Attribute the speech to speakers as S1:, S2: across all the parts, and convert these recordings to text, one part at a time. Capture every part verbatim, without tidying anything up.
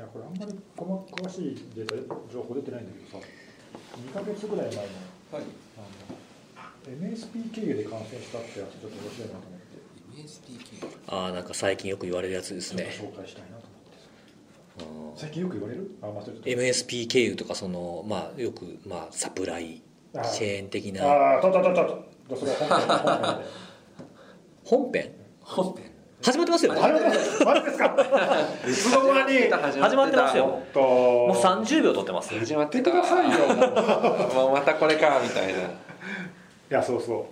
S1: やこれあんまり詳しいデータ情報出てないんだけどさ、にかげつぐらい前の、はい、あの エムエスピー 経由で感染したってやつちょっと面白いなと思って。 エムエスピー 経由、
S2: ああ、なんか最近よく言われるやつですね。
S1: 紹介したいなと思って。最近よく言われる？あ、まあ、
S2: エムエスピー 経由とかその、まあ、よく、まあ、サプライチェーン的な。
S1: ああ、ととととと、それは
S2: 本編で。本編？本編始まってますよね。
S1: 始まってます。マジですか？いつの間に
S2: 始まってますよ。もうさんじゅうびょう撮ってます。
S3: 始まってく
S1: ださいよ。
S3: もうまたこれかみたいな。い
S1: や、そうそう。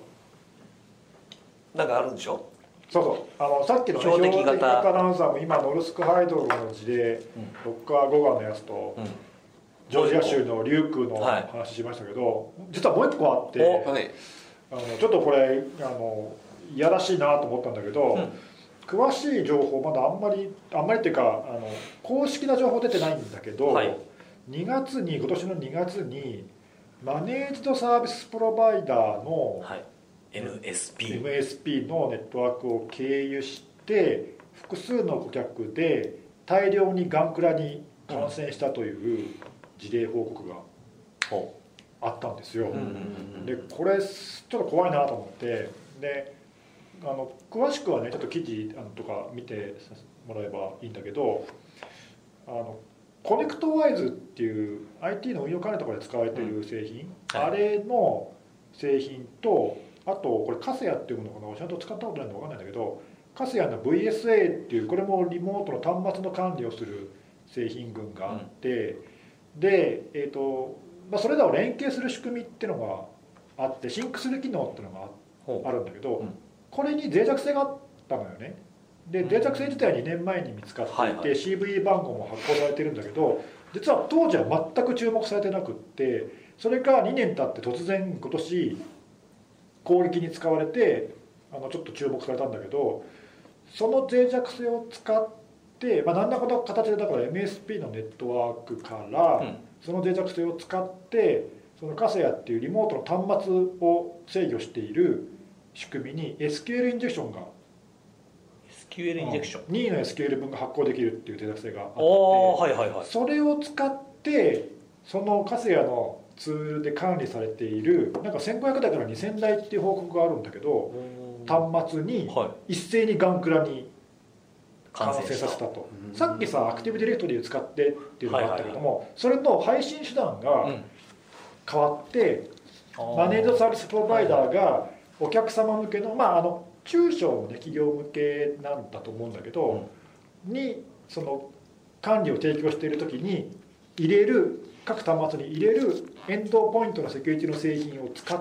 S2: なんかあるんでしょ。
S1: そうそう。あのさっきの、ね、標的型ランサム、今ノルスクハイドロの事例、うん、ロッカーゴガのやつと、うん、ジョージア州のリュークの話しましたけど、はい、実はもう一個あって、はい、あのちょっとこれあのいやらしいなと思ったんだけど。うん、詳しい情報まだあんまりあんまりっていうかあの公式な情報出てないんだけど、はい、にがつに今年のにがつにマネージドサービスプロバイダーの、はい、
S2: エムエスピー
S1: エムエスピー のネットワークを経由して複数の顧客で大量にガンクラに感染したという事例報告があったんですよ。でこれちょっと怖いなと思ってであの詳しくはねちょっと記事あのとか見てもらえばいいんだけど、あのコネクトワイズっていう アイティー の運用関連とかで使われている製品、うんはい、あれの製品とあとこれカセヤっていうものかな、ちゃんと使ったことないのか分かんないんだけど、カセヤの ブイエスエー っていうこれもリモートの端末の管理をする製品群があって、うん、で、えーとまあ、それらを連携する仕組みっていうのがあってシンクする機能っていうのが あ, あるんだけど、うん、これに脆弱性があったのよね。で脆弱性自体はにねんまえに見つかっていて、はいはい、シーブイ 番号も発行されてるんだけど、実は当時は全く注目されてなくって、それからにねん経って突然今年攻撃に使われてあのちょっと注目されたんだけど、その脆弱性を使って、まあ、何らかの形でだから エムエスピー のネットワークから、うん、その脆弱性を使ってそのカセヤっていうリモートの端末を制御している仕組みに エスキューエル インジェクションが エ
S2: スキューエル インジェクション、
S1: 任意の エスキューエル 分が発行できるっていう脆弱性があって、
S2: はいはいはい、
S1: それを使ってそのカセヤのツールで管理されているなんかせんごひゃくだいからにせんだいっていう報告があるんだけど、端末に一斉にガンクラに感染させたと。さっきさアクティブディレクトリを使ってっていうのがあったけども、はいはいはい、それの配信手段が変わって、うん、マネージドサービスプロバイダーがお客様向けの、まあ、あの中小の、ね、企業向けなんだと思うんだけど、うん、にその管理を提供している時に入れる各端末に入れるエンドポイントのセキュリティの製品を使って、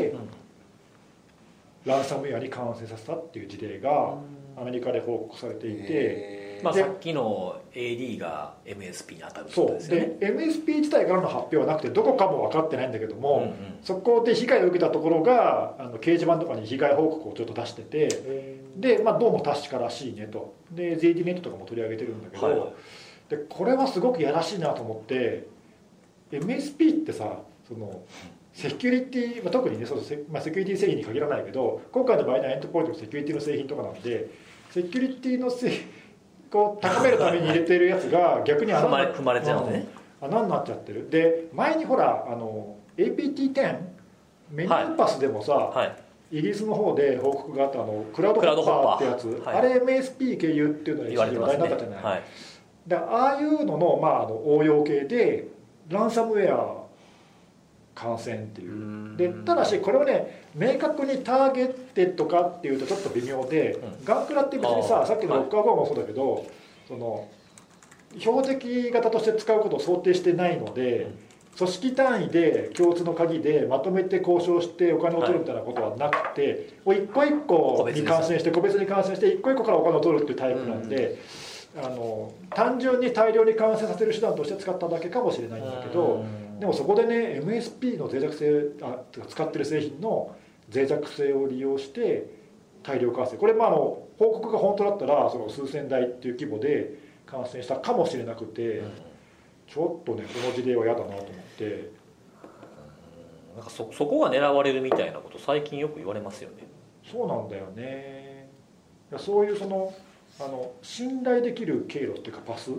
S1: うん、ランサムウェアに感染させたっていう事例がアメリカで報告されていて、
S2: まあ、さっきの エーディー が エムエスピー に当たるってことですよね。
S1: そうで エムエスピー 自体からの発表はなくてどこかも分かってないんだけども、うんうん、そこで被害を受けたところがあの掲示板とかに被害報告をちょっと出してて、で、まあ、どうも確からしいねと。で ゼーディー ネットとかも取り上げてるんだけど、はいはい、でこれはすごくやらしいなと思って、 エムエスピー ってさそのセキュリティ、まあ、特にねそうセ、まあ、セキュリティ製品に限らないけど、今回の場合のエンドポイントのセキュリティの製品とかなんで、セキュリティの製品を高めるために入れてるやつが逆に
S2: 踏まれ、踏まれちゃうね、
S1: 穴になっちゃってる。で前にほらあの エーピーティーテン メニューパスでもさ、はいはい、イギリスの方で報告があったあのクラウドホッパーってやつ、はい、あれ エムエスピー 経由っていうのが一時話題になったじゃない、ねはい、でああいうのの、まあ、あの応用系でランサムウェア感染っていうで、ただしこれはね明確にターゲッテッドかっていうとちょっと微妙で、うん、ガンクラって別にささっきのロッカーゴーもそうだけど、はい、その標的型として使うことを想定してないので、うん、組織単位で共通の鍵でまとめて交渉してお金を取るみたいなことはなくて、はい、一個一個に感染して個別に感染して一個一個からお金を取るっていうタイプなんで、うん、あの単純に大量に感染させる手段として使っただけかもしれないんだけど、でもそこでね エムエスピー の脆弱性あ使ってる製品の脆弱性を利用して大量感染、これまああの報告が本当だったらその数千台っていう規模で感染したかもしれなくて、うん、ちょっとねこの事例は嫌だなと思って、うん、
S2: なんか そ, そこが狙われるみたいなこと最近よく言われますよね。
S1: そうなんだよね。そういうそのあの信頼できる経路っていうかパス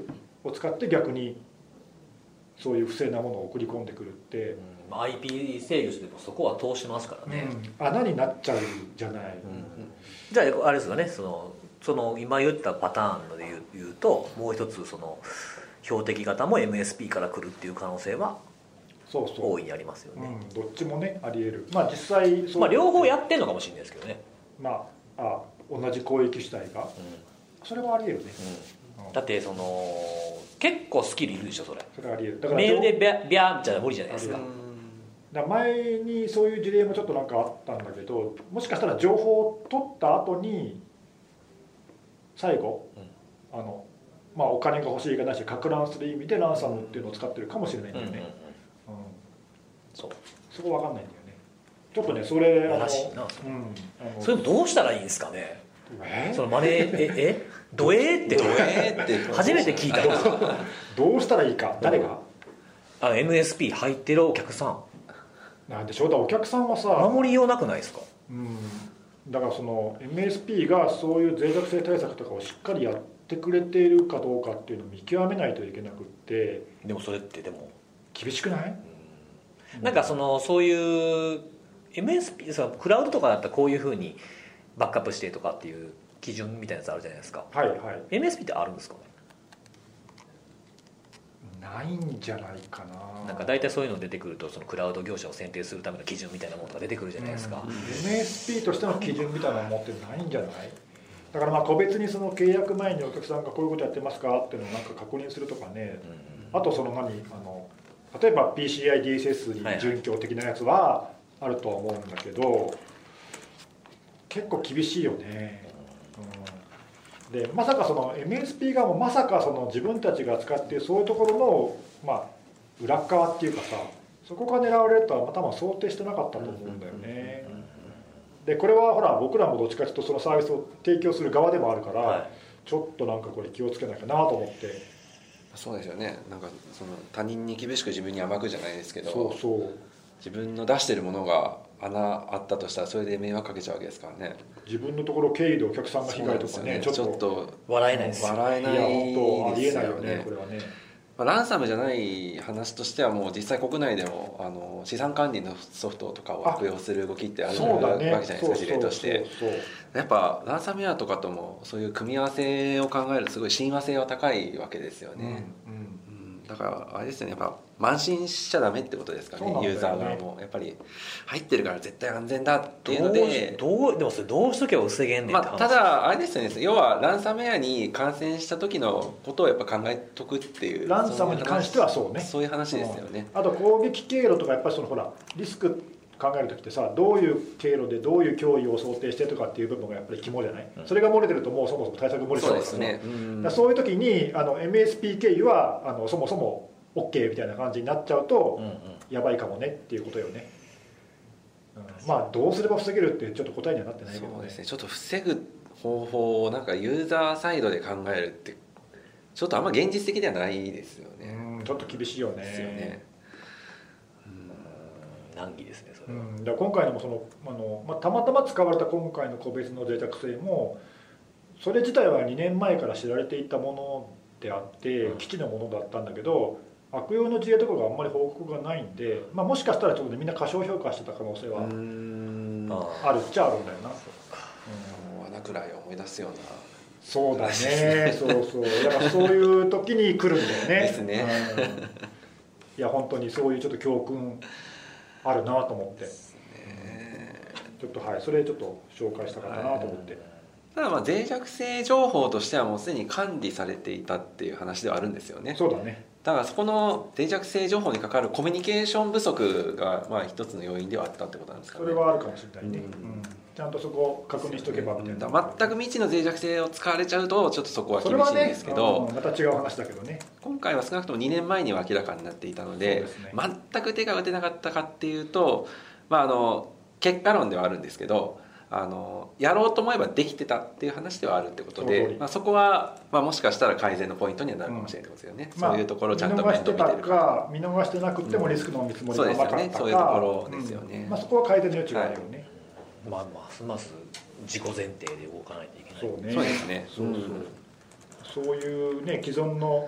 S1: を使って逆にそういう不正なものを送り込んでくるって、
S2: うん、アイピー 制御してもそこは通しますからね、
S1: うん、穴になっちゃうじゃない、うん、
S2: じゃああれですよね、そのその今言ったパターンで言う、言うともう一つその標的型も エムエスピー から来るっていう可能性は
S1: そうそう
S2: 大いにありますよね。
S1: うん、どっちもねあり得る。まあ実際そう、
S2: まあ、両方やってんのかもしれないですけどね。
S1: まあ、あ同じ攻撃主体が、うん、それはあり得るね、
S2: うん、だってその結構スキルいるでしょそれ。
S1: それはあり得る。だから
S2: メールでビャビャーじゃ無理じゃないですか。
S1: だから前にそういう事例もちょっとなんかあったんだけど、もしかしたら情報を取った後に最後、うん、あのまあお金が欲しいがないし撹乱する意味でランサムっていうのを使ってるかもしれないんだよね。そうそこ分かんないんだよね。ちょっとねそれ
S2: やらしいな、
S1: うん、
S2: それどうしたらいいんですかね。
S1: え
S2: そのマネーええドエーって
S3: ドエーって
S2: 初めて聞いたな。
S1: どうしたらいいか。誰が
S2: あの エムエスピー 入ってるお客さん
S1: なんでしょう。だお客さんはさ
S2: 守りようなくないですか。
S1: うん、だからその エムエスピー がそういう脆弱性対策とかをしっかりやってくれているかどうかっていうのを見極めないといけなくって。
S2: でもそれってでも
S1: 厳しくない？
S2: うん、なんかそのそういう エムエスピー さクラウドとかだったらこういうふうにバックアップしてとかっていう基準みたいなやつあるじゃないですか。
S1: はいはい。
S2: エムエスピー ってあるんですかね。
S1: ないんじゃないかな。
S2: なんか大体そういうの出てくるとそのクラウド業者を選定するための基準みたいなものが出てくるじゃないですか。
S1: うん、エムエスピー としての基準みたいなのを持ってないんじゃない。だからまあ個別にその契約前にお客さんがこういうことやってますかっていうのをなんか確認するとかね、うん、あとその何あの例えば ピーシーアイディーエスエス に準拠的なやつはあるとは思うんだけど、結構厳しいよね、うん、でまさかその エムエスピー 側もまさかその自分たちが使っているそういうところの、まあ、裏側っていうかさ、そこが狙われるとは多分想定してなかったと思うんだよね。でこれはほら僕らもどっちかというとそのサービスを提供する側でもあるから、はい、ちょっとなんかこれ気をつけないかなと思って。
S3: そうですよね。なんかその他人に厳しく自分に甘くじゃないですけど、
S1: そうそう
S3: 自分の出してるものが穴あったとしたらそれで迷惑かけちゃうわけですからね。
S1: 自分のところ経由でお客さんが被害とか ね, ね
S3: ちょっと
S2: 笑えないですよ。
S3: 笑えないですよね。
S1: いや本当ありえないよねこれはね。
S3: まあ、ランサムじゃない話としてはもう実際国内でもあの資産管理のソフトとかを悪用する動きってあるわけじゃないですか、事例として。やっぱランサムウェアとかともそういう組み合わせを考えるとすごい親和性は高いわけですよね、うんうんうん、だからあれですよね、やっぱ慢心しちゃダメってことですか ね, ねユーザー側もやっぱり入ってるから絶対安全だっていうので、
S2: どうでもそれどうしとけば防げんねんって話、
S3: まあ、ただあれですよね、要はランサムウェアに感染した時のことをやっぱ考えとくっていう、
S1: ランサムに関してはそうね、
S3: そういう話ですよね、
S1: うん、あと攻撃経路とかやっぱりそのほらリスク考える時ってさ、どういう経路でどういう脅威を想定してとかっていう部分がやっぱり肝じゃない、うん、それが漏れてるともうそもそも対策漏れちゃうから、
S3: そうですね、うん、
S1: だそういう時にあの エムエスピー 経由はあのそもそも OK みたいな感じになっちゃうと、うんうん、やばいかもねっていうことよね、うん、まあどうすれば防げるってちょっと答えにはなってないけどね。
S3: そうですね、ちょっと防ぐ方法をなんかユーザーサイドで考えるってちょっとあんま現実的ではないですよね。
S1: うん、ちょっと厳しいよね。
S3: ですよね。
S2: 難儀ですねそれは、
S1: うん、だから今回のもそのあの、まあ、たまたま使われた今回の個別の脆弱性もそれ自体はにねんまえから知られていたものであって基地のものだったんだけど、悪用の事例とかがあんまり報告がないんで、まあ、もしかしたらちょっと、ね、みんな過小評価してた可能性はあるっちゃあるんだよな。
S3: 穴くらい思い出すような。
S1: そうだねそうそうだからそういう時に来るんだよね
S3: ですね、
S1: うん、いや本当にそういうちょっと教訓あるなと思って、ちょっとはいそれちょっと紹介したかったなと思って、はい、
S3: ただまあ脆弱性情報としてはもうすでに管理されていたっていう話ではあるんですよね。
S1: そうだね。
S3: だからそこの脆弱性情報にかかるコミュニケーション不足がまあ一つの要因ではあったってことなんですかね。
S1: それはあるかもしれないね、うんうん、ちゃんとそこを確認しとけばみたいな、
S3: 全く未知の脆弱性を使われちゃうとちょっとそこは厳しいんですけど、
S1: ね、また違う話だけどね。
S3: 今回は少なくともにねんまえには明らかになっていたの で, で、ね、全く手が打てなかったかっていうと、まあ、あの結果論ではあるんですけど、あのやろうと思えばできてたっていう話ではあるってことで、 そ, まあ、そこは、まあ、もしかしたら改善のポイントにはなるかもしれないですよね、うん、そういうところをちゃんと面倒見てるか、
S1: 見逃してなくてもリスクの見積もり
S3: が甘かったか、うん、そうですよね、そういうところですよね、
S1: うん、まあ、そこは改善の余地があるよね、
S2: はい、まあますます自己前提で動かないといけない。
S1: そうね、
S3: そうですね、
S1: そうそう、うん、そういうね既存の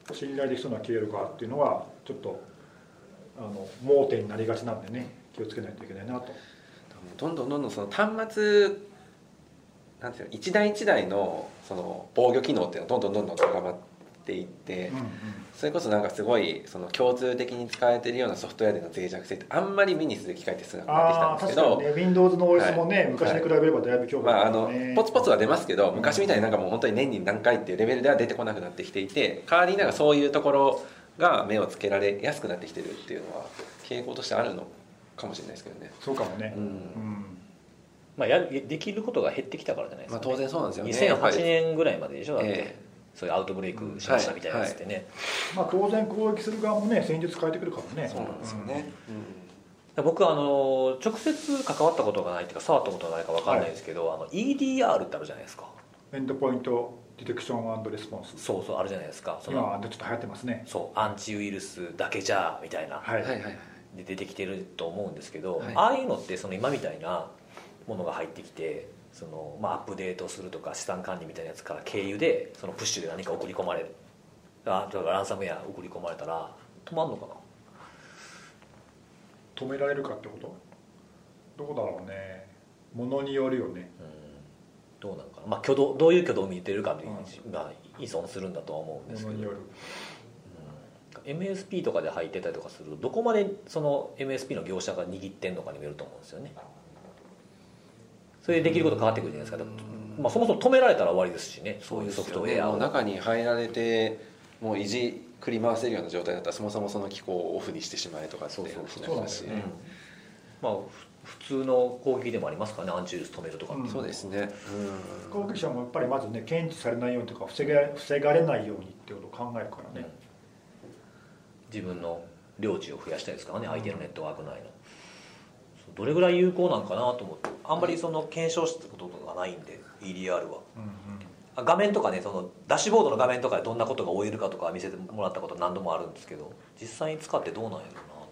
S1: 信頼できそうな経路かっていうのはちょっとあの盲点になりがちなんでね、気をつけないといけないなと。
S3: どんどんどんどんその端末なんていうの一台一台のその防御機能っていうのはどんどんどんどん高まっていって、うんうん、それこそなんかすごいその共通的に使えているようなソフトウェアでの脆弱性ってあんまり目にする機会って少なくなってきたんですけど、
S1: 確かにね Windows の オーエス もね、はい、昔に比べればだいぶ強化、ね、
S3: まあ、あのポツポツは出ますけど、昔みたいになんかもう本当に年に何回っていうレベルでは出てこなくなってきていて、代わりになんかそういうところが目をつけられやすくなってきてるっていうのは傾向としてあるのかもしれないですけどね。
S1: そうかもね、うんうん
S2: まあ、やできることが減ってきたからじゃないですか、ね、
S3: まあ、当然そうなんですよね。
S2: にせんはちねんぐらいまででしょ、だって、えー、そういうアウトブレイクしましたみたいなやつってね、
S1: はいはい、まあ、当然攻撃する側もね戦術変えてくるからね。
S3: そうなんですよね、
S2: うん、僕はあの直接関わったことがないっていうか触ったことがないか分かんないですけど、はい、あの イーディーアール ってあるじゃないですか、
S1: エンドポイントディテクション&レスポンス。
S2: そうそうあるじゃないですか。
S1: その今ちょっと流行ってますね。
S2: そうアンチウイルスだけじゃみたいな、
S1: はいはいはい、
S2: で出てきてると思うんですけど、
S3: はい、
S2: ああいうのってその今みたいなものが入ってきてその、まあ、アップデートするとか資産管理みたいなやつから経由でそのプッシュで何か送り込まれる、あだからランサムウェア送り込まれたら止まんのかな。
S1: 止められるかってことどこだろうね。ものによるよね、
S2: うん、どうなんかな、まあ、挙動どういう挙動を見てるかが依存するんだとは思うんですけど、
S1: ものによる、
S2: うん、エムエスピー とかで入ってたりとかするとどこまでその エムエスピー の業者が握ってんのかにもよると思うんですよね。それでできること変わってくるじゃないですか。まあ、そもそも止められたら終わりですしね、そういうソフトウェアを、
S3: ね、中に入られてもういじくり回せるような状態だったらそもそもその機構をオフにしてしまえとかっていう話になりますし、
S2: うん、まあ普通の攻撃でもありますからね、アンチウイルス止めるとか、うん、
S3: そうですね、
S1: うん、攻撃者もやっぱりまずね検知されないようにとか防が防がれないようにっていうことを考えるからね、
S2: うん、自分の領地を増やしたいですからね、相手のネットワーク内の、どれぐらい有効なんかなと思って、あんまりその検証したことがないんで イーディーアール は、うんうん、画面とかね、そのダッシュボードの画面とかでどんなことが追えるかとか見せてもらったこと何度もあるんですけど、実際に使ってどうなんやろうなとか思って。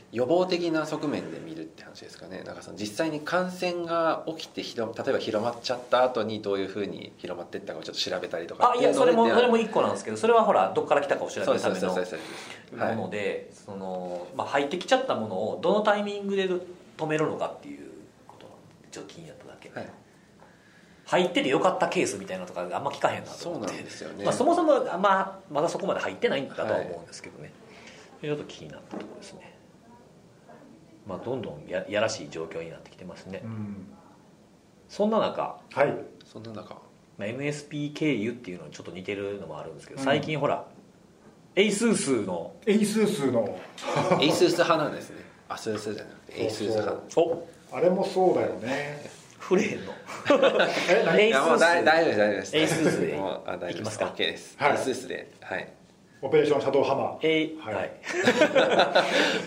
S3: 予防的な側面で見るって話ですかね。なんかその実際に感染が起きて広例えば広まっちゃった後にどういうふうに広まっていったかをちょっと調べたりとか。
S2: あ、いや、それもそれも一個なんですけど、それはほらどっから来たかを調べるためのもので、そのまあ入ってきちゃったものをどのタイミングで止めるのかっていうことなんでちょっと気になっただけ、はい、入っててよかったケースみたいなのとかあんま聞かへんなと思って。
S3: そうなんですよね、
S2: まあ、そもそも、まあ、まだそこまで入ってないんだとは思うんですけどね、はい、ちょっと気になったところですね。まあ、どんどん や, やらしい状況になってきてますね、うん、そんな中、
S1: はい、
S3: そんな中、
S2: まあ、エムエスピー 経由っていうのにちょっと似てるのもあるんですけど、うん、最近ほら ASUS の
S1: ASUS の
S3: ASUS 派なんですね。アスースじゃなくて ASUS 派なんです。
S1: お、あれもそうだよね。
S2: 触れへんの
S3: え、何？いやもう大丈夫です、大丈夫です。
S2: ASUS で
S3: もうあ大丈夫です。
S2: いきますか。
S3: OK です、
S1: はい、
S3: ASUS で、はい、
S1: オペレーションシャドウハマー、
S2: えー、はい、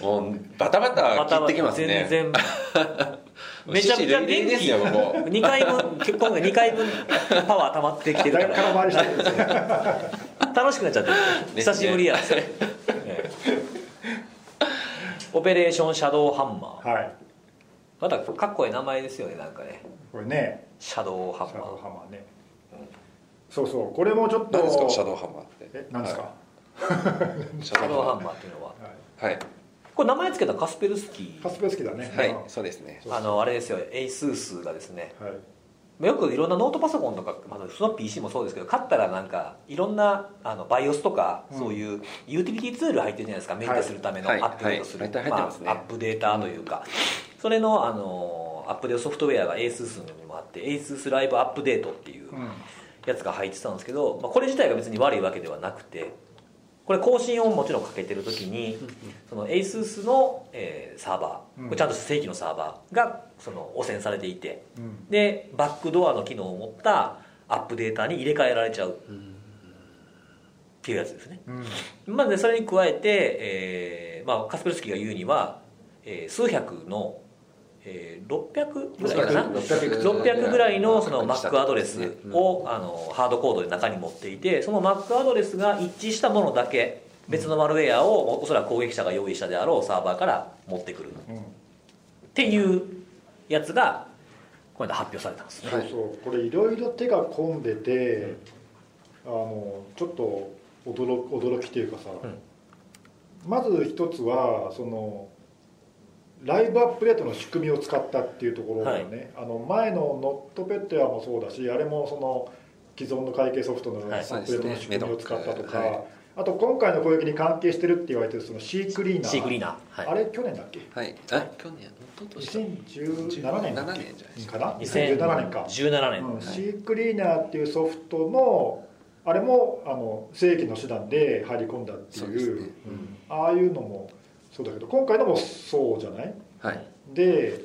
S3: もうバタバタ切ってきますね。
S2: 全然めちゃくちゃ元気
S3: ですよ。ここ
S2: にかいぶん、今回にかいぶんパワー溜まってきてるから
S1: 空回りしてるんですね
S2: 楽しくなっちゃってる、久しぶりやそれオペレーションシャドウハンマー、
S1: はい、
S2: またかっこいい名前ですよね。なんかね、
S1: これね、
S2: シャドウハンマー、
S1: シャドウハンマーね、うん、そうそう、これもちょっと
S3: 何ですかシャドウハンマーって。
S1: え、何ですか、はい、
S2: シャドウハンマーっていうのは、
S3: はい、
S2: これ名前つけたカスペルスキー、
S1: カスペルスキーだね、
S3: はい、そうですね。
S2: あのあれですよ、ASUS がですね、
S1: はい、
S2: よくいろんなノートパソコンとか、まあ、その ピーシー もそうですけど、買ったらなんかいろんなあの バイオス とか、うん、そういうユーティリティツール入ってるじゃないですか、メンテするための、
S3: はい、
S2: アップデートする、
S3: はいはい、まあ、
S2: アップデータというか、うん、それの、あのアップデートソフトウェアが ASUS にもあって ASUS ライブアップデートっていうやつが入ってたんですけど、まあ、これ自体が別に悪いわけではなくて、これ更新をもちろんかけてる時にその ASUS の、えー、サーバー、これちゃんと正規のサーバーがその汚染されていて、うん、でバックドアの機能を持ったアップデータに入れ替えられちゃうっていうやつですね、うん、まあ、でそれに加えて、えーまあ、カスペルスキーが言うには、えー、数百のえー、ろっぴゃくぐらいかな、ろっぴゃくぐらいのその Mac アドレスをあのハードコードで中に持っていて、その Mac アドレスが一致したものだけ別のマルウェアをおそらく攻撃者が用意したであろうサーバーから持ってくるっていうやつがこれで発表されたんですね。
S1: そうそう、これいろいろ手が込んでて、あのちょっと驚驚きというかさ、うん、まず一つはそのライブアップデートの仕組みを使ったっていうところだよね、はい、あの前のノットペッドやもそうだし、あれもその既存の会計ソフトのアップデートの仕組みを使ったとか、はい、あと今回の攻撃に関係してるって言われてるその C クリーナー、
S2: C クリーナー、はい、
S1: あれ去年だっけ？
S3: はい、あ去年
S1: にせんじゅうななねんかな、
S2: にせんじゅうななねんかじゅうななねん、
S1: うん、C クリーナーっていうソフトのあれもあの正規の手段で入り込んだっていう、ね、うん、ああいうのもそうだけど今回のもそうじゃない？
S3: はい、
S1: で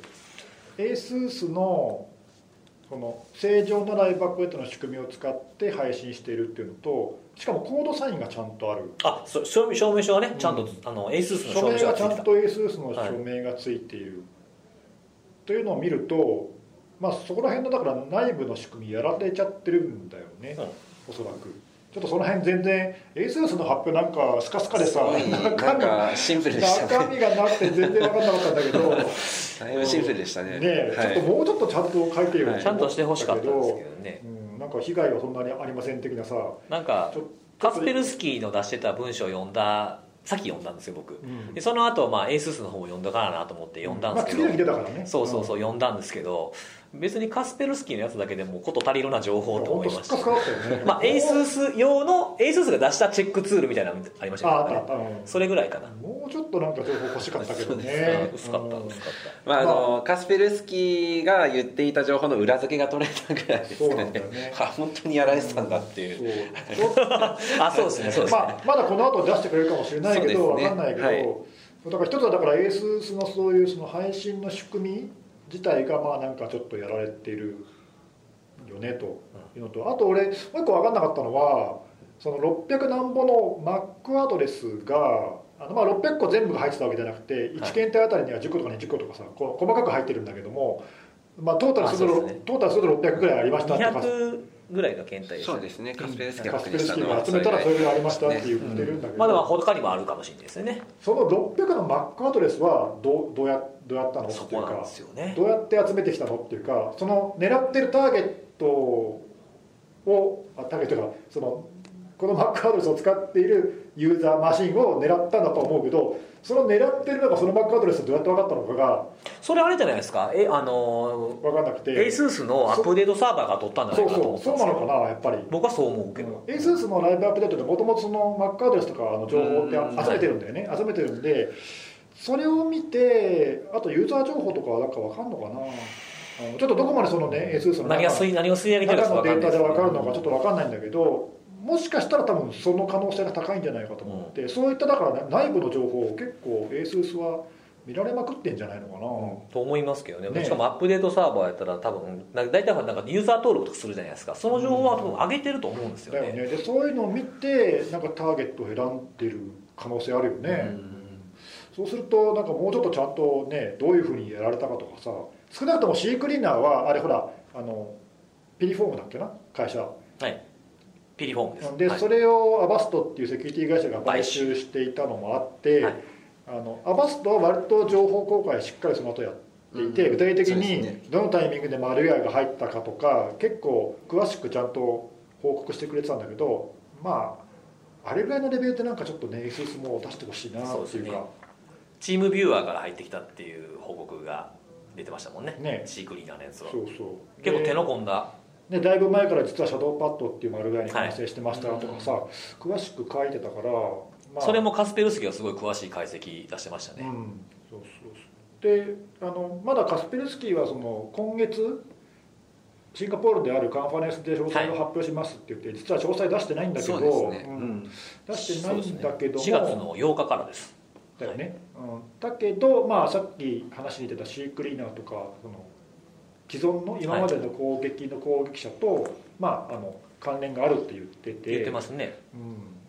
S1: ASUS のこの正常なライブアップデートの仕組みを使って配信しているっていうのと、しかもコードサインがちゃんとある。
S2: あ、そ証明証明書はね、ちゃんと、うん、あの ASUS の証明書がついてた。
S1: 署名がちゃんと ASUS の署名がついている、はい、というのを見ると、まあそこら辺のだから内部の仕組みやられちゃってるんだよね、うん、おそらく。ちょっとその辺全然 ASUS の発表なんかスカスカでさ、
S3: なんかシンプルでしたね。
S1: 中身がなくて全然分かんなかったんだけど
S3: だいぶシンプルでしたね。
S1: ね、はい、ちょっともうちょっとちゃんと書いてよ、はい、
S2: ちゃんとしてほしかったんですけどね、
S1: うん、なんか被害はそんなにありません的なさ、
S2: なんかカスペルスキーの出してた文章を読んだ、さっき読んだんですよ僕、うん、でその後まあ ASUS の方も読んだからなと思って読んだんですけど、
S1: うん、まあ、次の日出たからね、
S2: そうそうそう、読んだんですけど、別にカスペルスキーのやつだけでもこと足りるな情報と思いました。まあ ASUS 用の ASUS が出したチェックツールみたいなのありましたけどね、ああ、それぐらいかな。
S1: もうちょっとなんか情報欲しかったけどね。
S2: 薄かった薄かった。
S3: まああのカスペルスキーが言っていた情報の裏付けが取れたぐらいですね。
S1: そうなんだよね。
S3: あ、本当にやられてたんだっていう。
S2: そうあ、そうですね。そうですね。
S1: まあまだこの後出してくれるかもしれないけど、わかんないけど、はい、だから一つはだから ASUS のそういうその配信の仕組み自体がまあなんかちょっとやられているよねというのと、あと俺もう一個分かんなかったのはそのろっぴゃくなんぼの Mac アドレスがあのまあろっぴゃくこ全部が入ってたわけじゃなくていち検体あたりにはじゅっことかにじゅっことかさこう細かく入ってるんだけども、まあ、トータルすると、ね、トータルするとろっぴゃくぐらいありましたって
S2: にひゃくぐらいが検体ですね。
S3: そうですね。カスペルスキー
S1: カスペルスキーが集めたらそれぐらいありましたって言ってるんだけど、
S2: まあでも他にもあるかもしれないですよね。
S1: そのろっぴゃくの Mac アドレスはどうどうやどうやったのっていうか、
S2: ね、
S1: どうやって集めてきたのっていうか、その狙ってるターゲットをターゲットがそのこの Mac アドレスを使っているユーザーマシンを狙ったんだと思うけど、その狙ってるのがその Mac アドレスどうやって分かったのかが
S2: それあれじゃないですか、えあの
S1: 分かんなくて
S2: ASUS のアップデートサーバーが取ったんじゃないかと思ったんですけど、
S1: そうそうそうなのかな、やっぱり
S2: 僕はそう思うけど、
S1: うん、ASUS のライブアップデートってもともとその Mac アドレスとかの情報って集めてるんだよね、はい、集めてるんで、それを見てあとユーザー情報とかはなんか分かんのかな、ちょっとどこまでそのね ASUS の中
S2: 何が吸い何を吸い上げてるか
S1: のデータで分かるのかちょっと分かんないんだけど、もしかしたら多分その可能性が高いんじゃないかと思って、うん、そういっただから、ね、内部の情報を結構 ASUS は見られまくってんじゃないのかな、うん、
S2: と思いますけどね。しかもアップデートサーバーやったら多分大体なんかユーザー登録とかするじゃないですか、その情報は多分上げてると思うんですよね、うん、
S1: だよね。でそういうのを見てなんかターゲットを選んでる可能性あるよね、うん、そうするとなんかもうちょっとちゃんとねどういうふうにやられたかとかさ、少なくとも C クリーナーはあれほらあのピリフォームだっけな会社、
S2: はい、ピリフォームです。
S1: で、
S2: はい、
S1: それをアバストっていうセキュリティ会社が買収していたのもあって、はい、あのアバストは割と情報公開しっかりその後やっていて、うん、具体的にどのタイミングでマルウェアが入ったかとか結構詳しくちゃんと報告してくれてたんだけど、まああれぐらいのレベルでなんかちょっとね ASUS も出してほしいなっていうか、ね、
S2: チームビューアーから入ってきたっていう報告が出てましたもんね、
S1: ね、
S2: シークリーナーのやつは。
S1: そうそう
S2: 結構手の込んだ、
S1: ね、だいぶ前から実はシャドーパッドっていうマルウェアに完成してましたとかさ、はい、詳しく書いてたから、
S2: まあ、それもカスペルスキーがすごい詳しい解析出してましたね、
S1: うん、そうそうそう。であのまだカスペルスキーはその今月シンガポールであるカンファレンスで詳細を発表しますって言って、はい、実は詳細出してないんだけど、
S3: そうですね、
S1: うん、出してないんだけども、
S2: しがつのようかからです
S1: だよね、はい、うん、だけど、まあ、さっき話に出た C クリーナーとかその既存の今までの攻撃の攻撃者と、はい、まあ、あの関連があるって言ってて
S2: 言ってますね、
S1: うん、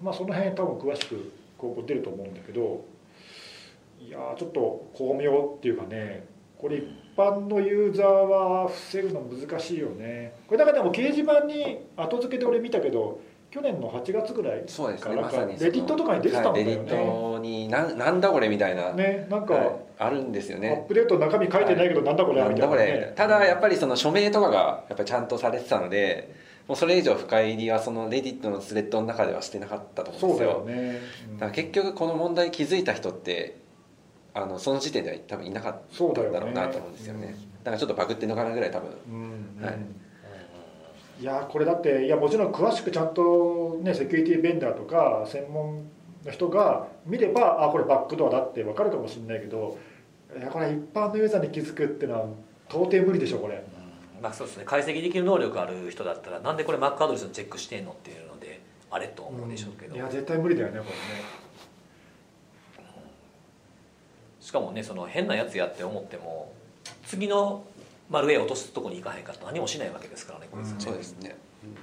S1: まあ、その辺多分詳しく今後出ると思うんだけど、いやちょっと巧妙っていうかね、これ一般のユーザーは防ぐの難しいよね。これだからでも掲示板に後付けで俺見たけど去年のはちがつぐらいから
S3: そうですね、まさに
S1: レディットとかに出てたんだよね、
S3: はい、レディットに な, なんだこれみたいな、
S1: ね、なんか、
S3: はい、あるんですよね。
S1: アップデート中身書いてないけど、はい、なんだこれみたいな、ね、
S3: ただやっぱりその署名とかがやっぱりちゃんとされてたので、 もうそれ以上深入りはそのレディットのスレッドの中ではしてなかったと思うんですよ。
S1: そうだよね、うん、
S3: だから結局この問題気づいた人ってあのその時点では多分いなかったんだろうなと思うんですよね。だからちょっとバグってんのかなぐらい多分、
S1: うん
S3: はい、
S1: いやこれだっていやもちろん詳しくちゃんとねセキュリティベンダーとか専門の人が見ればあこれバックドアだって分かるかもしれないけど、いやこれ一般のユーザーに気づくっていうのは到底無理でしょこれ。
S2: まあそうですね、解析できる能力ある人だったらなんでこれ Mac アドレスのチェックしてんのっていうのであれと思うでしょうけど、
S1: うん、いや絶対無理だよねこれね。
S2: しかもねその変なやつやって思っても次のマルウェア落とすとこに行かへんかったら何もしないわけですからねこいつね、
S3: うん、そうですね、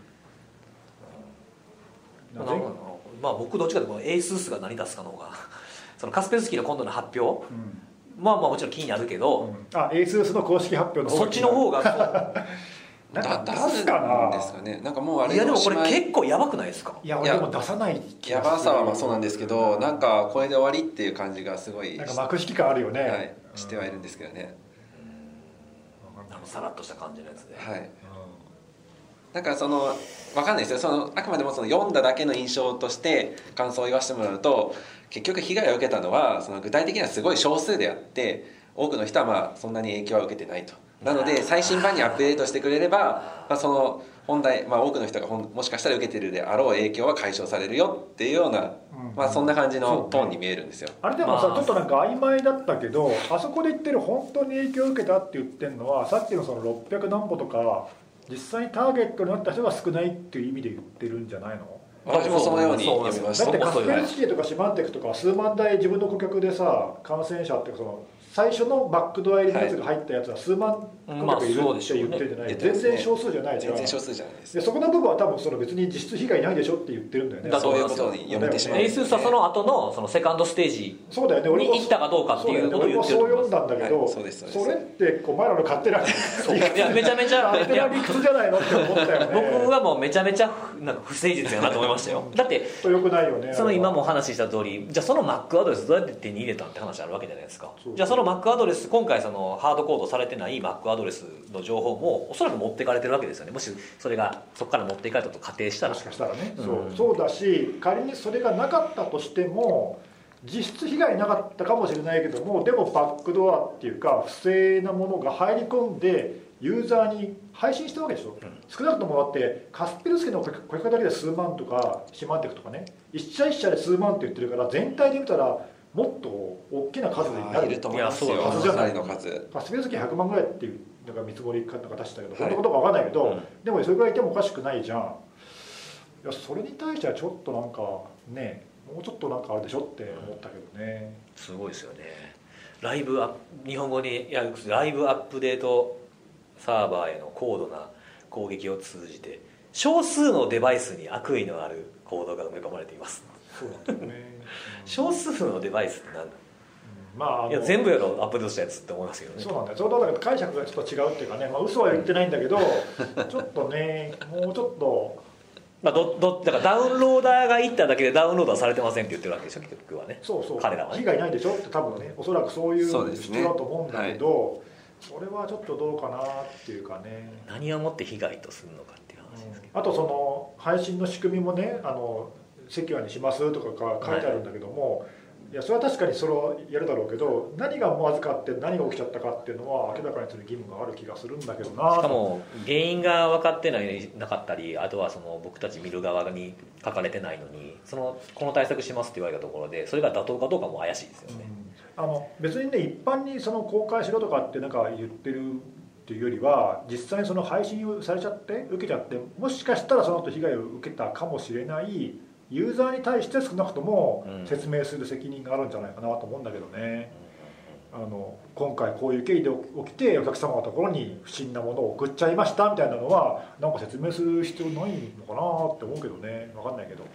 S2: うん、なんかまあ僕どっちかというと ASUS が何出すかの方がそのカスペルスキーの今度の発表、うんまあまあもちろん気になるけど、うん、
S1: あ ASUS の公式発表の方
S2: そっちの方が
S3: なんか出すかなですかね。なんかもうあれ
S2: いやでもこれ結構やばくないですか。
S1: いや俺でも出さない気がする。
S3: やばさはまあそうなんですけど、なんかこれで終わりっていう感じがすごい
S1: なんか幕引き感あるよね、
S3: はい、してはいるんですけどね、
S2: うん、あのさらっとした感じのやつで、
S3: はい、だからその分かんないですよ、そのあくまでもその読んだだけの印象として感想を言わせてもらうと、結局被害を受けたのはその具体的にはすごい少数であって多くの人はまあそんなに影響は受けてないと。なので最新版にアップデートしてくれれば、まあ、その本来、まあ、多くの人がほんもしかしたら受けてるであろう影響は解消されるよっていうような、うんまあ、そんな感じのトーンに見えるんですよ。
S1: あれでもさ、まあ、ちょっとなんか曖昧だったけど、あそこで言ってる本当に影響を受けたって言ってるのはさっきのそのろっぴゃく何歩とか実際にターゲットになった人が少ないっていう意味で言ってるんじゃないの。
S3: 私もそのように読みました。
S1: だってカスペルスキーとかシマンテクとか数万台自分の顧客でさ感染者っていうかその最初のバックドア入りのやつが入ったやつは数万顧客いるって言ってるんじゃない、全然少数じゃないじゃん。
S3: 全然少数じゃないです。
S1: でそこの部分は多分その別に実質被害ないでしょって言ってるんだよね。
S3: だそういうことに読めてしまう。
S2: ASUS はその後のそのセカンドステージに行ったかどうかっていうことを言ってると思います。
S1: そう読んだんだけど、それってお前らの勝手な
S2: そういやめちゃめちゃ
S1: 勝手な理屈じゃないのって思ったよね。
S2: 僕はもうめちゃめちゃなんか不誠実やなと思いましたよ。だって
S1: 良くないよね。
S2: その今もお話しした通り、じゃあその Mac アドレスどうやって手に入れたんって話あるわけじゃないですか。じゃあその Mac アドレス今回そのハードコードされてない Mac アドレスの情報もおそらく持っていかれてるわけですよね。もしそれがそこから持っていかれたと仮定したら、
S1: もしかしたらね、うん、そうそうだし仮にそれがなかったとしても実質被害なかったかもしれないけども、でもバックドアっていうか不正なものが入り込んでユーザーに配信したわけでしょ、うん、少なくともだってカスペルスキーの顧客だけで数万とかシマンテクとかね一社一社で数万って言ってるから全体で見たらもっと大きな数になる
S3: いると思いますよ。
S1: 数じゃない
S3: の数
S1: カスペルスキーひゃくまんぐらいっていうなんか見積もり方が出したけど、本当かどうか分かんないけど、はい、でもそれぐらいいてもおかしくないじゃん。いやそれに対してはちょっとなんかねもうちょっとなんかあるでしょって思ったけどね、
S2: うん、すごいですよね。ライブア日本語にやるライブアップデートサーバーへの高度な攻撃を通じて少数のデバイスに悪意のあるコードが埋め込まれています。
S1: そうなんだよね、
S2: うん、少数のデバイスって何だ。
S1: まあ、あ
S2: いや全部やろアップデートしたやつって思いますけどね。
S1: そうなんだよ。そうだから解釈がちょっと違うっていうかね、まあ、嘘は言ってないんだけどちょっとねもうちょっと
S2: まあ、どどだからダウンローダーが行っただけでダウンロードはされてませんって言ってるわけでしょ結局はね。
S1: そうそう
S2: 彼らはね
S1: 被害ないでしょって多分ねおそらくそういう主張だと思うんだけど、そ,、ねはい、それはちょっとどうかなっていうかね。
S2: 何をもって被害とするのかっていう話ですけど、
S1: うん、あとその配信の仕組みもねあのセキュアにしますとか書いてあるんだけども、はいいやそれは確かにそれをやるだろうけど何がまずかって何が起きちゃったかっていうのは明らかにする義務がある気がするんだけどな。
S2: しかも原因が分かってないなかったりあとはその僕たち見る側に書かれてないのにそのこの対策しますって言われたところでそれが妥当かどうかも怪しいですよね、
S1: うん、あの別にね一般にその公開しろとかってなんか言ってるっていうよりは実際にその配信をされちゃって受けちゃってもしかしたらその後被害を受けたかもしれないユーザーに対して少なくとも説明する責任があるんじゃないかなと思うんだけどね、うん、あの今回こういう経緯で起きてお客様のところに不審なものを送っちゃいましたみたいなのはなんか説明する必要ないのかなって思うけどね。分かんないけど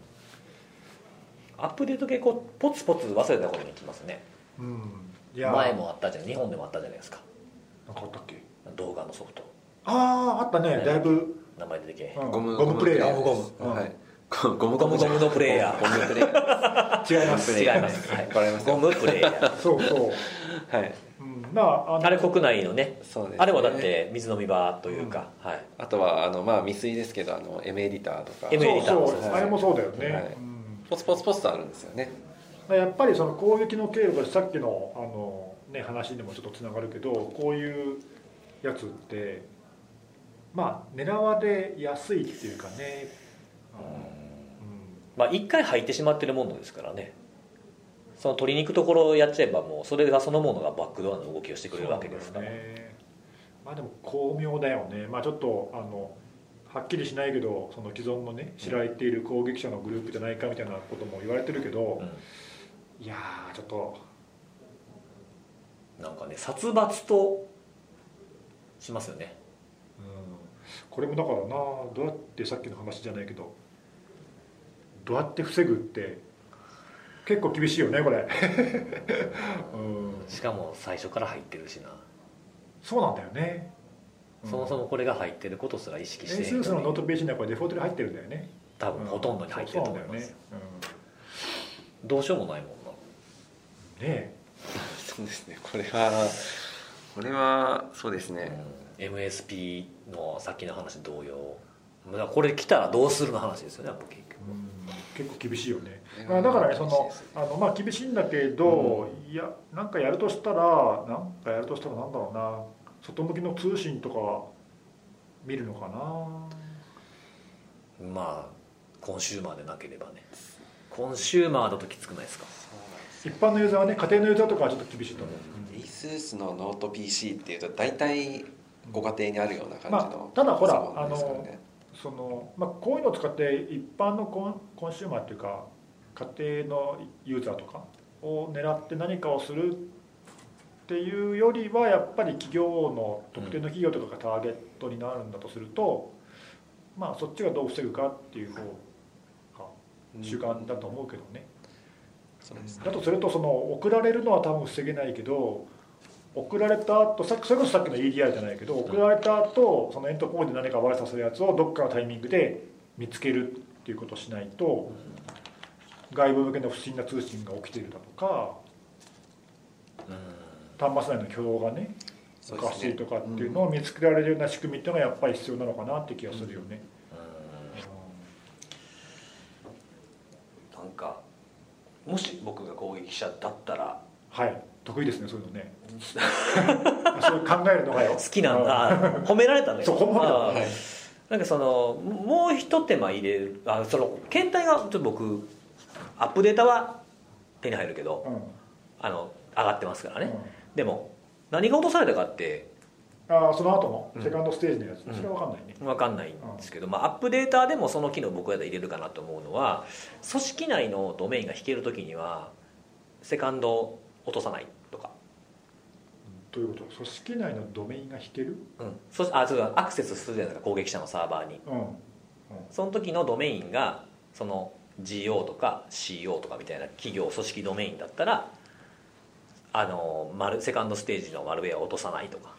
S2: アップデート系こうポツポツ忘れたことにきますね、うん、いや前もあったじゃん日本でもあったじゃないですか。
S1: なんかあったっけ
S2: 動画のソフト。
S1: あああったね、ねだいぶ
S2: 名前出てけへん、
S1: うん、ゴムゴムプレイヤーゴムゴム、
S3: うん、はいゴム
S2: ゴムゴムのプレイヤー。
S3: ゴムプレイヤ
S1: ー違います
S2: 違います、はい、
S3: 怒られますよ。
S2: ゴムプレイヤー。
S1: そうそう、
S3: はい、
S1: うん、まあ、あの
S2: あれ国内のね、
S3: そうですね、
S2: あれはだって水飲み場というか、うん、はい、
S3: あとはあの、まあ、未遂ですけどあの M エディターとか
S2: M エディターもそう
S1: そうそう、あれもそうだよね、はい、うん、
S3: ポツポツポツとあるんですよね。
S1: やっぱりその攻撃の経路がさっきの、あの、ね、話にもちょっとつながるけど、こういうやつってまあ狙われやすいっていうかね、
S2: うん、まあ一回入ってしまってるものですからね。その取りに行くところをやっちゃえばもうそれがそのものがバックドアの動きをしてくれるわけですから、
S1: ね、まあでも巧妙だよね。まあちょっとあのはっきりしないけど、その既存のね知られている攻撃者のグループじゃないかみたいなことも言われてるけど、うん、いやーちょっと
S2: なんかね殺伐としますよね。
S1: うん、これもだからな、どうやってさっきの話じゃないけどどうやって防ぐって結構厳しいよねこれ、
S2: うん、しかも最初から入ってるしな。
S1: そうなんだよね、
S2: うん、そもそもこれが入ってることすら意識して、
S1: エースーエス のノートページにはこれデフォルトで入ってるんだよね。
S2: 多分ほとんどに入ってると思います、うん、そうなんだよね、うん、どうしようもないもんなね
S3: えそうですね、これはこれはそうですね、
S2: うん、エムエスピー のさっきの話同様、だからこれ来たらどうするの話ですよね、やっぱ結局、うん、
S1: 結構厳しいよね。まあ、だからね、そのあのまあ厳しいんだけど、うん、いやなんかやるとしたらなんかやるとしたらなんだろうな、外向きの通信とか見るのかな。
S2: まあコンシューマーでなければね。コンシューマーだときつくないですか。
S1: 一般のユーザーはね、家庭のユーザーとかはちょっと厳しいと思う。
S3: エースーエス のノート ピーシー っていうと大体ご家庭にあるような感じの、
S1: まあ、ただほら、あのその、まあ、こういうのを使って一般のコン、コンシューマーっていうか家庭のユーザーとかを狙って何かをするっていうよりは、やっぱり企業の特定の企業とかがターゲットになるんだとすると、うん、まあそっちがどう防ぐかっていう方が主眼だと思うけどね。そうですね。だとすると、その送られるのは多分防げないけど、送られた後、さっきそれこそさっきの イーディーアイ じゃないけど、送られた後そのエンドポイントで何か悪さするやつをどっかのタイミングで見つけるっていうことをしないと、外部向けの不審な通信が起きているだとか、端末内の挙動がねおかしいとかっていうのを見つけられるような仕組みっていうのがやっぱり必要なのかなって気がするよね。
S2: なんかもし僕が攻撃者だったら、
S1: はい、得意ですねそういうのねそう考えるのがよ
S2: 好きなんだ。褒められたね。
S1: そう褒められた、はい、
S2: なんかそのもう一手間入れる、あその検体がちょっと僕アップデータは手に入るけど、うん、あの上がってますからね、うん、でも何が落とされたかって
S1: あその後のセカンドステージのやつ、うん、それは分かんないね。
S2: 分かんないんですけど、うん、まあ、アップデーターでもその機能僕は入れるかなと思うのは、組織内のドメインが引けるときにはセカンド落とさないとか。
S1: どういうこと？組織内のドメインが引ける？
S2: うん、そあそうアクセスするじゃないですか、攻撃者のサーバーに、うんうん、その時のドメインがその ジーオー とか シーオー とかみたいな企業組織ドメインだったら、あのマルセカンドステージのマルウェアを落とさないとか、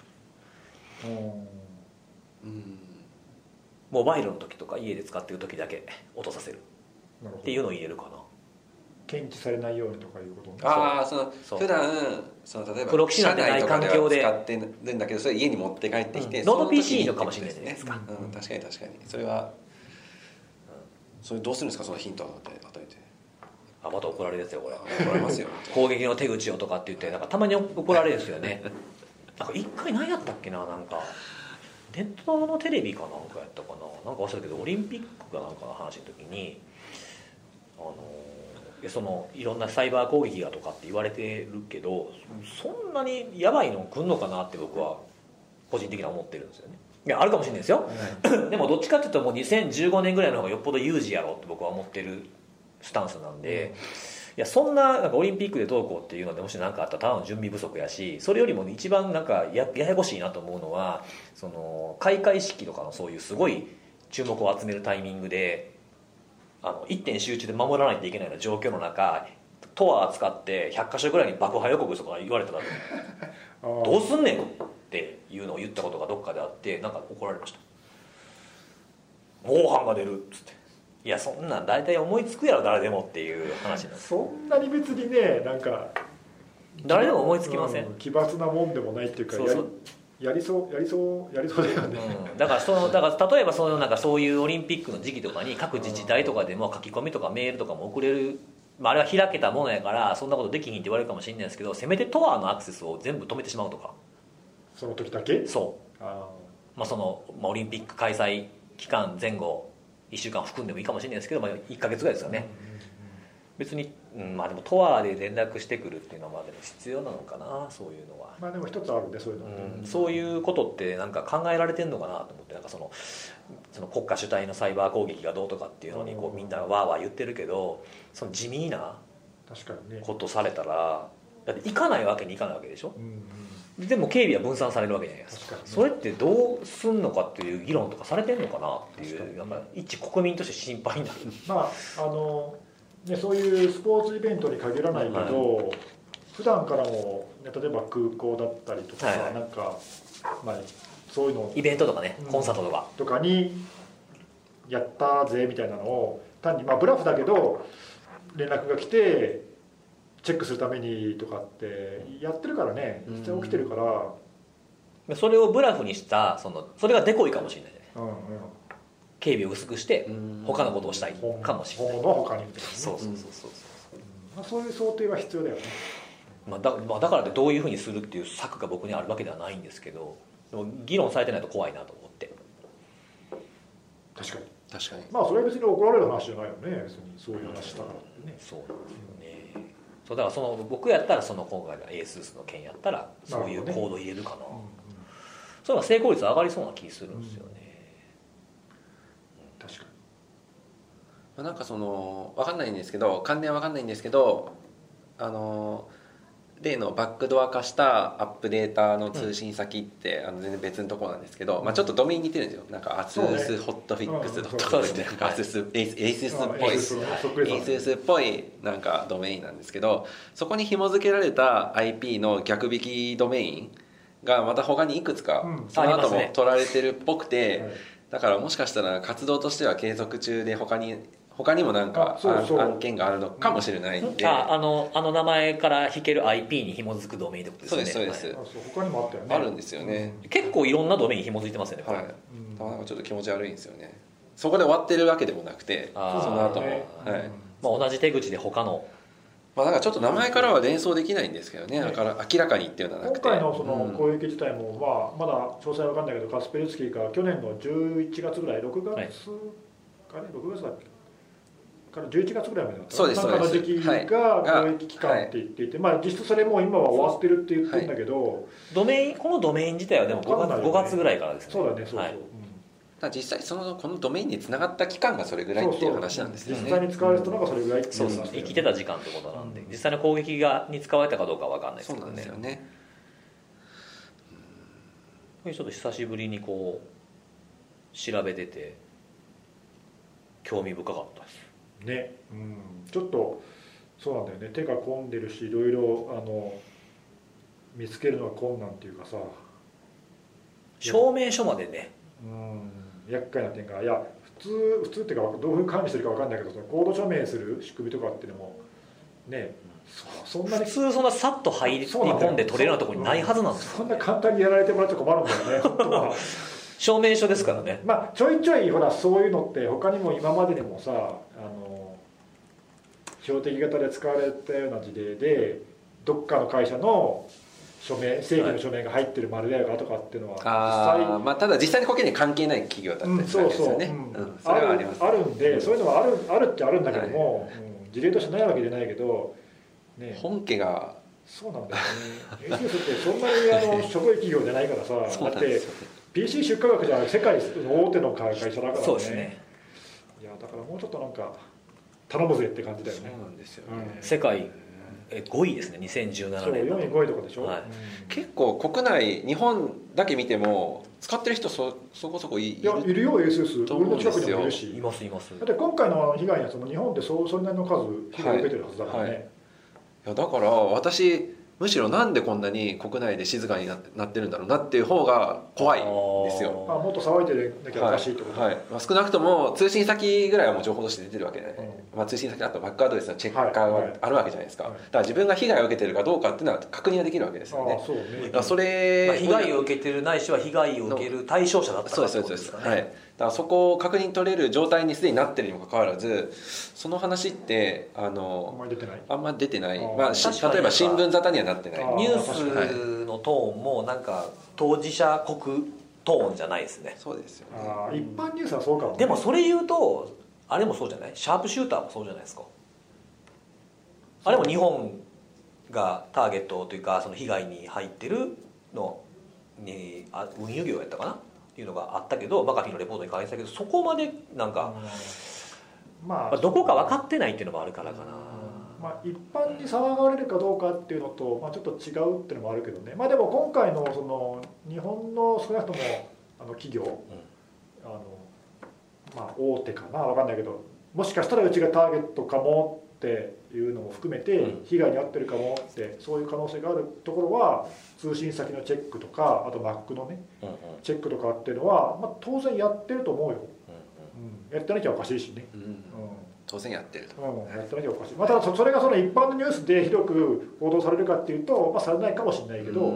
S2: うん、モバイルの時とか家で使ってる時だけ落とさせるっていうのを入れるかな。
S1: 検知されないようにとかいうことね。
S3: ああ、そのそう普段その例えば
S2: プロキシなんてない環境で
S3: 使ってるんだけど、それ家に持って帰ってきて、
S2: うん、ノート ピーシー のかもしれないじゃないですか、
S3: うんうん、確かに確かにそれは、うん、それどうするんですか、そのヒントを与えて。
S2: あ、また怒られるやつよこれ。
S3: 怒られますよ
S2: 攻撃の手口をとかって言って、なんかたまに怒られるんですよねなんか一回何やったっけな、なんかネットのテレビかなんかやったかな、なんか忘れたけどオリンピックかなんかの話の時に、あのそのいろんなサイバー攻撃がとかって言われてるけど、そんなにやばいの来んのかなって僕は個人的には思ってるんですよね。いやあるかもしれないですよ、はい、でもどっちかっていうともうにせんじゅうごねんぐらいの方がよっぽど有事やろって僕は思ってるスタンスなんで、うん、いやそん な, なんかオリンピックでどうこうっていうのでもし何かあったらただの準備不足やし、それよりも一番なんか や, ややこしいなと思うのは、その開会式とかのそういうすごい注目を集めるタイミングであの一点集中で守らないといけないような状況の中、トア使ってひゃっかしょぐらいに爆破予告とか言われたらどうすんねんっていうのを言ったことがどっかであって、なんか怒られました。模倣犯が出るっつっていやそんなん大体思いつくやろ誰でもっていう話なんです。
S1: そんなに別にねなんか
S2: 誰でも思いつきません、うん、
S1: 奇抜なもんでもないっていうか、そうそうやりそうやりそうやりそうだよね、
S2: うん、だからそのだから例えばそのなんかそういうオリンピックの時期とかに各自治体とかでも書き込みとかメールとかも送れる、まあ、あれは開けたものやからそんなことできひんって言われるかもしれないですけど、せめてトアのアクセスを全部止めてしまうとか。
S1: その時だけ
S2: そうあ、まあそのまあ、オリンピック開催期間前後いっしゅうかん含んでもいいかもしれないですけど、まあ、いっかげつぐらいですよね、うんうんうん、別に、うん、まあでもトアで連絡してくるっていうのはまあでも必要なのかな、そういうのは。
S1: まあでも一つあるんでそういうのって、
S2: うん、そういうことってなんか考えられてんのかなと思って、なんかそのその国家主体のサイバー攻撃がどうとかっていうのにこうみんなわーわー言ってるけど、その地味なことされたらだって行かないわけにいかないわけでしょ、うんうん、でも警備は分散されるわけじゃないですか。確かに、ね、それってどうすんのかっていう議論とかされてんのかなっていう、なんか一国民として心配になる。
S1: まああのね、そういうスポーツイベントに限らないけど、はい、普段からも、ね、例えば空港だったりとか、はいはい、なんか、まあ、そういうの
S2: イベントとかね、うん、コンサートとか
S1: とかにやったぜみたいなのを単に、まあ、ブラフだけど連絡が来てチェックするためにとかってやってるからね、実際起きてるから、
S2: それをブラフにしたそのそれがデコイかもしれないじゃない、うんうん、警備を薄くして他のことをしたいかもしれない。
S1: 本の他にみたいな、ね、
S2: そうそうそうそう、
S1: うん、まあ、そういう想定は必要だよね。
S2: まあ、だ, まあだからってどういうふうにするっていう策が僕にあるわけではないんですけど、でも議論されてないと怖いなと思って。
S1: 確かに
S3: 確かに、
S1: まあそれは別に怒られる話じゃないよね、別にそういう話したからってね。
S2: そうなんですよね、うん、そうだからその僕やったらその今回の エースースの件やったらそういうコード入れるかな、ね、うんうん、それは成功率上がりそうな気するんですよね、
S1: うん、確かに、
S3: まあ、なんかその分かんないんですけど、関連は分かんないんですけど、あの例のバックドア化したアップデータの通信先って、うん、あの全然別のところなんですけど、まあ、ちょっとドメイン似てるんですよ。なんか アスース ホットフィックス ドットコム ってなんか エースース っぽい エースース っぽいなんかドメインなんですけど、そこに紐付けられた アイピー の逆引きドメインがまた他にいくつかその後も取られてるっぽくて、だからもしかしたら活動としては継続中で他に他にもなんかそうそう案件があるのかもしれないんで、
S2: ああのあの名前から引ける アイピー に紐づくドメインってことですね。
S3: そうですそうです、
S1: はい、他にもあったよね。
S3: あるんですよね、
S2: うん、結構いろんなドメイン紐づいてますよね、
S3: はい、うん、なんかちょっと気持ち悪いんですよね。そこで終わってるわけでもなくて、その後も、ね、はい、
S2: まあ、同じ手口で他の、
S3: まあ、なんかちょっと名前からは連想できないんですけどね、だから明らかにっていうのはなくて、
S1: 今回のその攻撃自体も、まあ、まだ詳細は分かんないけど、カスペルスキーが去年のじゅういちがつぐらい、ろくがつ、はい、かね、ろくがつだっけからじゅういちがつぐらいまでだったなんかの時期が攻撃期間って言っていて、はい、まあ実質それも今は終わってるって言ってるんだけど、はい、
S2: ドメインこのドメイン自体はでもごがつ、ね、ごがつぐらいからですね。
S1: そうだね、そうそう、はい、
S3: うん、実際そのこのドメインにつながった期間がそれぐらいっていう話なんですよね。
S1: 実際に使われてたのがそれぐらいっていう話、
S2: そうそう、生きてた時間ってことなんで、うん、実際の攻撃がに使われたかどうかは分かんないですけどね。
S3: そうなんですよね、
S2: うん、ちょっと久しぶりにこう調べてて興味深かったです
S1: ね、うん、ちょっとそうなんだよね、手が込んでるし、いろいろあの見つけるのが困難っていうかさ、
S2: 証明書までね、
S1: うん、厄介な点が、いや普通普通っていうかどういうふうに管理してるか分かんないけど、そのコード署名する仕組みとかっていうのもね、そ, そんなに
S2: 普通そんなさっと入り込んで取れるようなところにないはずなんですよ、ね、
S1: そんな簡単にやられてもらって困るんだよね本当は
S2: 証明書ですからね、
S1: まあちょいちょいほらそういうのって他にも今までにもさ、あの標的型で使われたような事例でどっかの会社の署名正規の署名が入ってるマルウェアがとかっていうのは実際、
S3: あ、まあ、ただ実際にこけに関係ない企業だったりするんですよね。
S1: それはあります、あるんで、そういうのはあるあるっちゃあるんだけども、はい、うん、事例としてないわけじゃないけど、
S3: ね、本家が
S1: そうなんだよね。エースエス ってそんなにあのしょぼい企業じゃないからさ、だって ピーシー 出荷額じゃ世界の大手の会社だからね。
S2: そうですね。
S1: いやだからもうちょっとなんか頼むぜって感じだよね。
S3: そうなんですよね。
S2: うん、世界えごいですね、にせんじゅうななねん。
S1: そうよんいごいとかでしょ、はい、うん、
S3: 結構国内日本だけ見ても使ってる人 そ, そこそこ い, い,
S1: いやいるよ エーエスエス、 俺の近くにもいるし、
S2: いますいます。
S1: だって今回の被害にはその日本で そ, それなりの数被害を受けてるはずだからね、はいはい、
S3: いやだから私むしろなんでこんなに国内で静かになってなってるんだろうなっていう方が怖いんですよ。
S1: あもっと騒いでなきゃおかしいってこと、
S3: はいはい、まあ、少なくとも通信先ぐらいはもう情報として出てるわけで、ね、うん、まあ、通信先あとバックアドレスのチェッカーはあるわけじゃないですか、はいはい、だから自分が被害を受けてるかどうかっていうのは確認ができるわけですよね。
S1: あそうね、
S3: だからそれ、
S2: まあ、被害を受けてるないしは被害を受ける対象者だったからってことですかね。
S3: はい、だからそこを確認取れる状態にすでになってるにもかかわらず、その話ってあの
S1: あんまり出てない
S3: あんまり出てない、まあ、例えば新聞沙汰にはなってない。
S2: ニュースのトーンもなんか当事者国トーンじゃないですね。
S3: そうですよね。
S1: あ一般ニュースはそうかも、ね、
S2: でもそれ言うとあれもそうじゃない、シャープシューターもそうじゃないですか。あれも日本がターゲットというかその被害に入ってるのにあ運輸業やったかなっていうのがあったけど、バカフィのレポートに書いてたけど、そこまでなんか、うん、まあどこか分かってないっていうのもあるからかな。
S1: まあ、一般に騒がれるかどうかっていうのと、まあ、ちょっと違うっていうのもあるけどね、まあ、でも今回のその日本の少なくともあの企業、うん、あのまあ、大手かな分かんないけど、もしかしたらうちがターゲットかもっていうのも含めて被害に遭ってるかもって、そういう可能性があるところは通信先のチェックとか、あと Mac のねチェックとかっていうのは、まあ、当然やってると思うよ、うん、やってなきゃおかしいしね、うんうん、
S3: 当然やってると、
S1: うん、やってなきゃおかしい、まあ、ただそれがその一般のニュースで広く報道されるかっていうと、まあ、されないかもしれないけど、うんうん、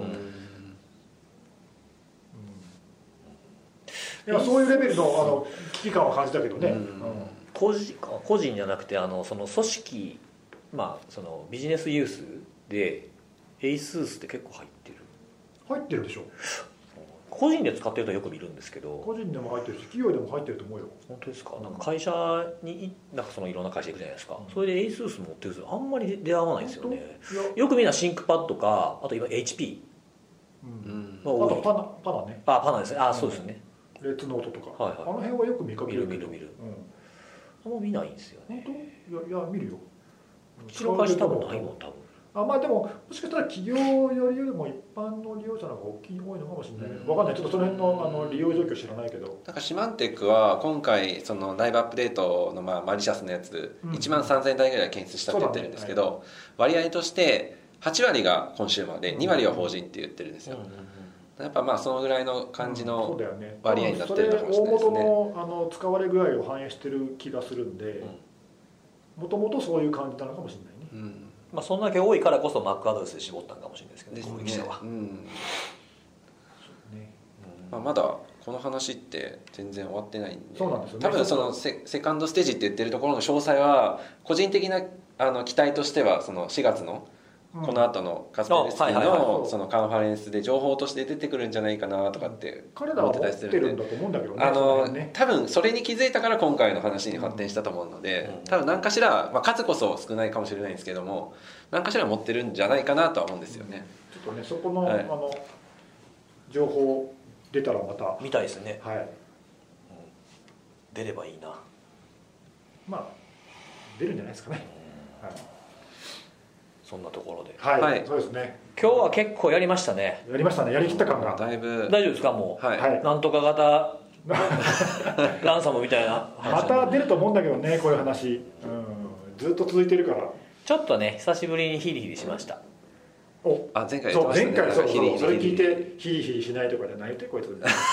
S1: いやそういうレベルの、あの危機感を感じたけどね、うんうん、
S2: 個人、個人じゃなくてあのその組織、まあ、そのビジネスユースで エイスースって結構入ってる
S1: 入ってるでしょ。
S2: 個人で使ってるとよく見るんですけど、
S1: 個人でも入ってるし企業でも入ってると思うよ。
S2: 本当ですか。なんか会社になんかそのいろんな会社行くじゃないですか、うん、それで エイスース持ってる人あんまり出会わないですよね。よくみんなシンクパッドか、あと今 エイチピー、うん、
S1: あとパナパナね。
S2: あパナですね。あ、そうですね、
S1: レッツノートとか、
S2: はいはい、
S1: あの辺はよく見かける。
S2: 見る見る見る、うん、あんま見ないんですよね。
S1: 本当？いやいや見るよ。
S2: うちの会社多分ないもん多分。
S1: あまあでももしかしたら企業よりも一般の利用者の方が大きい多いのかもしれないけど、分かんない、ちょっとその辺のあの利用状況知らないけど、
S3: なんかシマンテックは今回そのライブアップデートのまあマリシャスのやつ、うん、いちまんさんぜんだいぐらい検出したって言ってるんですけど、ね、はい、割合としてはちわりがコンシューマーでにわりは法人って言ってるんですよ、うんうんうん、やっぱまあそのぐらいの感じの割合になってるのかもしれないですね。
S1: 大元のあの使われ具合を反映してる気がするんで、もともとそういう感じなのかもしれないね、うん、
S2: まあ、そんだけ多いからこそ Mac アドレスで絞ったのかもしれないですけどね、攻撃者は、うん、
S3: ね、まあ、まだこの話って全然終わってないんで、
S1: そうなんですよね、
S3: 多分その セ, セカンドステージって言ってるところの詳細は個人的なあの期待としてはそのしがつのこの後のカスペルスキーのそのカンファレンスで情報として出てくるんじゃないかなとかって思ってたりするんで、
S1: 彼らは持ってるんだと思うんだけどね、
S3: あの多分それに気づいたから今回の話に発展したと思うので、多分何かしら、まあ、数こそ少ないかもしれないんですけども何かしら持ってるんじゃないかなとは思うんですよね。
S1: ちょっとねそこの、はい、あの情報出たらまた
S2: 見たいですね、
S1: はい、うん、
S2: 出ればいいな。
S1: まあ出るんじゃないですかね、はい、
S2: そんなところで、
S1: はい、はい、そうですね。
S2: 今日は結構やりましたね。
S1: やりましたね。やりきった感が
S3: だいぶ。
S2: 大丈夫ですかもう、
S3: はい、
S2: なんとか型ランサムみたいな
S1: また出ると思うんだけどね、こういう話、うん、ずっと続いてるから。
S2: ちょっとね久しぶりにヒリヒリしました。
S3: お、あ、前回
S1: 言ってましたね。そう前回そうそうヒリヒリそれ聞いてヒリヒリしないとかじゃないってこいつ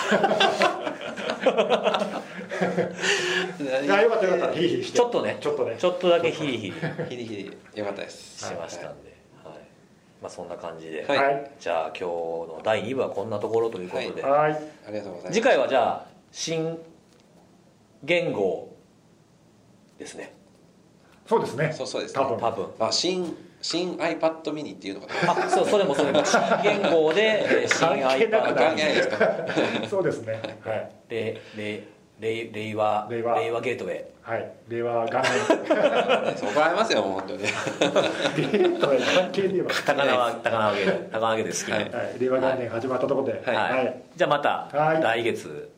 S1: いやよかったよかったヒリヒリして
S2: ちょっとね
S1: ちょっとね
S2: ちょっとだけヒリヒリ
S3: ヒリヒリよかったです
S2: しましたんで、はいはい、まあそんな感じで、
S3: はい、
S2: じゃあ今日のだいに部はこんなところということで、
S1: はい、はい、
S3: ありがとうございます。
S2: 次回はじゃあ新言語ですね。
S1: そうですね。
S3: そうそうですね。
S2: 多分多分
S3: あ新新 iPad mini っていうのかな。
S2: あ、そうそれもそれも新言語で新 iPad
S3: 関係ないですか。
S1: そうですね。はい。
S2: でで令令和令和ゲートウェイ。
S1: はい。令和元年。
S3: そう怒られますよ本当に。ゲ
S1: ートウェイ関係では。
S2: 高輪高輪ゲート高輪ゲート好きな。
S1: はい。令和元年始まったところで。
S2: はい。じゃあまた来月。